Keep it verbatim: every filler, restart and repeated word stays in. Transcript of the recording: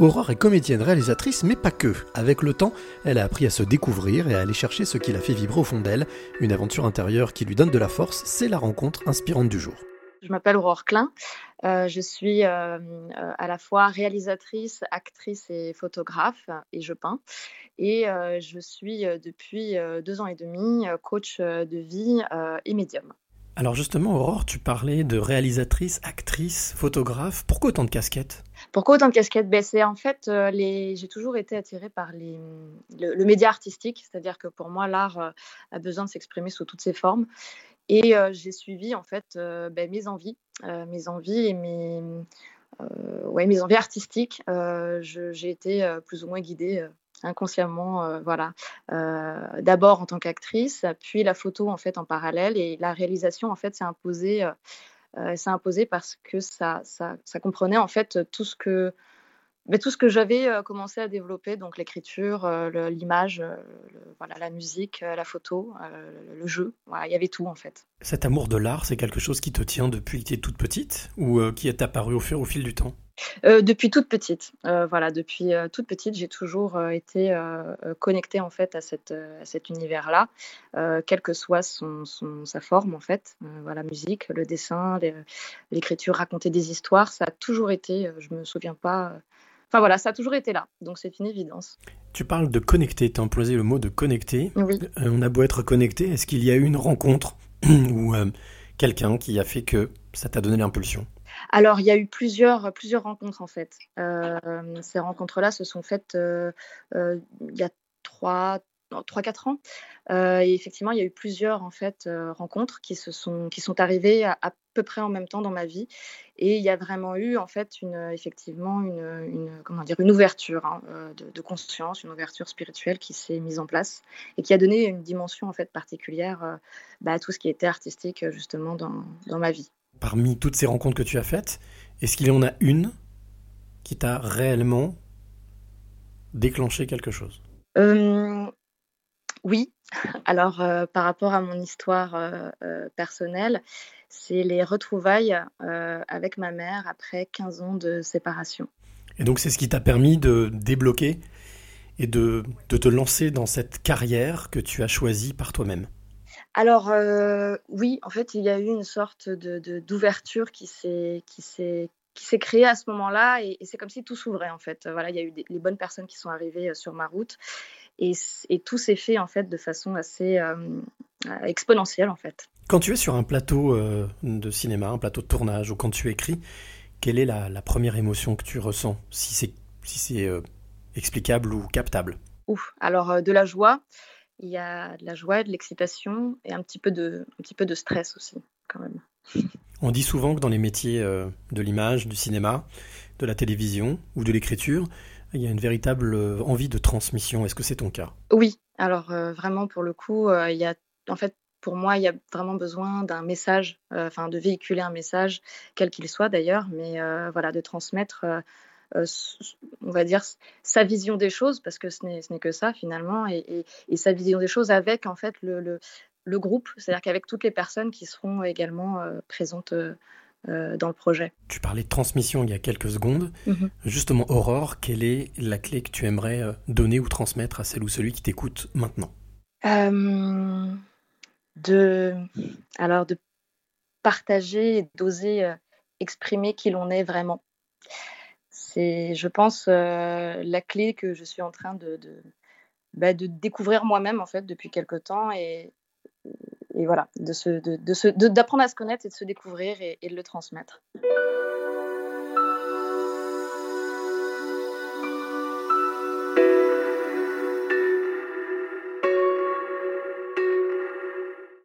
Aurore est comédienne, réalisatrice, mais pas que. Avec le temps, elle a appris à se découvrir et à aller chercher ce qui la fait vibrer au fond d'elle. Une aventure intérieure qui lui donne de la force, c'est la rencontre inspirante du jour. Je m'appelle Aurore Klein, euh, je suis euh, euh, à la fois réalisatrice, actrice et photographe, et je peins. Et euh, je suis euh, depuis euh, deux ans et demi euh, coach euh, de vie euh, et médium. Alors justement, Aurore, tu parlais de réalisatrice, actrice, photographe. Pourquoi autant de casquettes ? Pourquoi autant de casquettes ? Ben, c'est en fait, euh, les... j'ai toujours été attirée par les... le, le média artistique, c'est-à-dire que pour moi, l'art euh, a besoin de s'exprimer sous toutes ses formes. Et euh, j'ai suivi en fait euh, ben, mes envies, euh, mes envies et mes, euh, ouais, mes envies artistiques. Euh, je, j'ai été euh, plus ou moins guidée euh, inconsciemment, euh, voilà. Euh, d'abord en tant qu'actrice, puis la photo en fait en parallèle et la réalisation en fait s'est imposée, euh, s'est imposée parce que ça, ça, ça comprenait en fait tout ce que mais tout ce que j'avais euh, commencé à développer, donc l'écriture, euh, le, l'image, euh, le, voilà, la musique, euh, la photo, euh, le jeu, voilà, il y avait tout en fait. Cet amour de l'art, c'est quelque chose qui te tient depuis que tu es toute petite ou euh, qui est apparu au fur au fil du temps ? Euh, depuis toute petite, euh, voilà, depuis euh, toute petite, j'ai toujours euh, été euh, connectée en fait à, cette, euh, à cet univers-là, euh, quelle que soit son, son, sa forme en fait. Euh, voilà, la musique, le dessin, les, l'écriture, raconter des histoires, ça a toujours été. Euh, je me souviens pas. Euh, Enfin voilà, ça a toujours été là, donc c'est une évidence. Tu parles de connecter, tu as employé le mot de connecter. Oui. Euh, on a beau être connecté, est-ce qu'il y a eu une rencontre ou euh, quelqu'un qui a fait que ça t'a donné l'impulsion ? Alors, il y a eu plusieurs, plusieurs rencontres en fait. Euh, ces rencontres-là se sont faites euh, euh, il y a trois, trois, quatre ans. Euh, et effectivement, il y a eu plusieurs en fait euh, rencontres qui se sont, qui sont arrivées à, à peu près en même temps dans ma vie. Et il y a vraiment eu en fait une, effectivement une, une comment dire, une ouverture hein, de, de conscience, une ouverture spirituelle qui s'est mise en place et qui a donné une dimension en fait particulière euh, bah, à tout ce qui était artistique justement dans, dans ma vie. Parmi toutes ces rencontres que tu as faites, est-ce qu'il y en a une qui t'a réellement déclenché quelque chose ? euh, Oui, alors euh, par rapport à mon histoire euh, euh, personnelle, c'est les retrouvailles euh, avec ma mère après quinze ans de séparation. Et donc c'est ce qui t'a permis de débloquer et de, de te lancer dans cette carrière que tu as choisie par toi-même. Alors euh, oui, en fait, il y a eu une sorte de, de- d'ouverture qui s'est, qui s'est, qui s'est créée à ce moment-là et, et c'est comme si tout s'ouvrait en fait. Voilà, il y a eu des, les bonnes personnes qui sont arrivées euh, sur ma route et, et tout s'est fait en fait de façon assez euh, euh, exponentielle en fait. Quand tu es sur un plateau euh, de cinéma, un plateau de tournage, ou quand tu écris, quelle est la, la première émotion que tu ressens, si c'est, si c'est euh, explicable ou captable ? Ouf, alors euh, de la joie. Il y a de la joie, de l'excitation et un petit peu de, un petit peu de stress aussi, quand même. On dit souvent que dans les métiers euh, de l'image, du cinéma, de la télévision ou de l'écriture, il y a une véritable euh, envie de transmission. Est-ce que c'est ton cas ? Oui, alors euh, vraiment, pour le coup, euh, il y a, en fait, pour moi, il y a vraiment besoin d'un message, euh, enfin, de véhiculer un message, quel qu'il soit d'ailleurs, mais euh, voilà, de transmettre, euh, euh, on va dire, sa vision des choses, parce que ce n'est, ce n'est que ça finalement, et, et, et sa vision des choses avec, en fait, le, le, le groupe, c'est-à-dire qu'avec toutes les personnes qui seront également euh, présentes euh, euh, dans le projet. Tu parlais de transmission il y a quelques secondes. Mmh. Justement, Aurore, quelle est la clé que tu aimerais euh, donner ou transmettre à celle ou celui qui t'écoute maintenant ? Euh, de, alors de partager et d'oser euh, exprimer qui l'on est vraiment. C'est, je pense, euh, la clé que je suis en train de, de, bah, de découvrir moi-même en fait depuis quelque temps et, et voilà, de se, de, de se, de, d'apprendre à se connaître et de se découvrir et, et de le transmettre.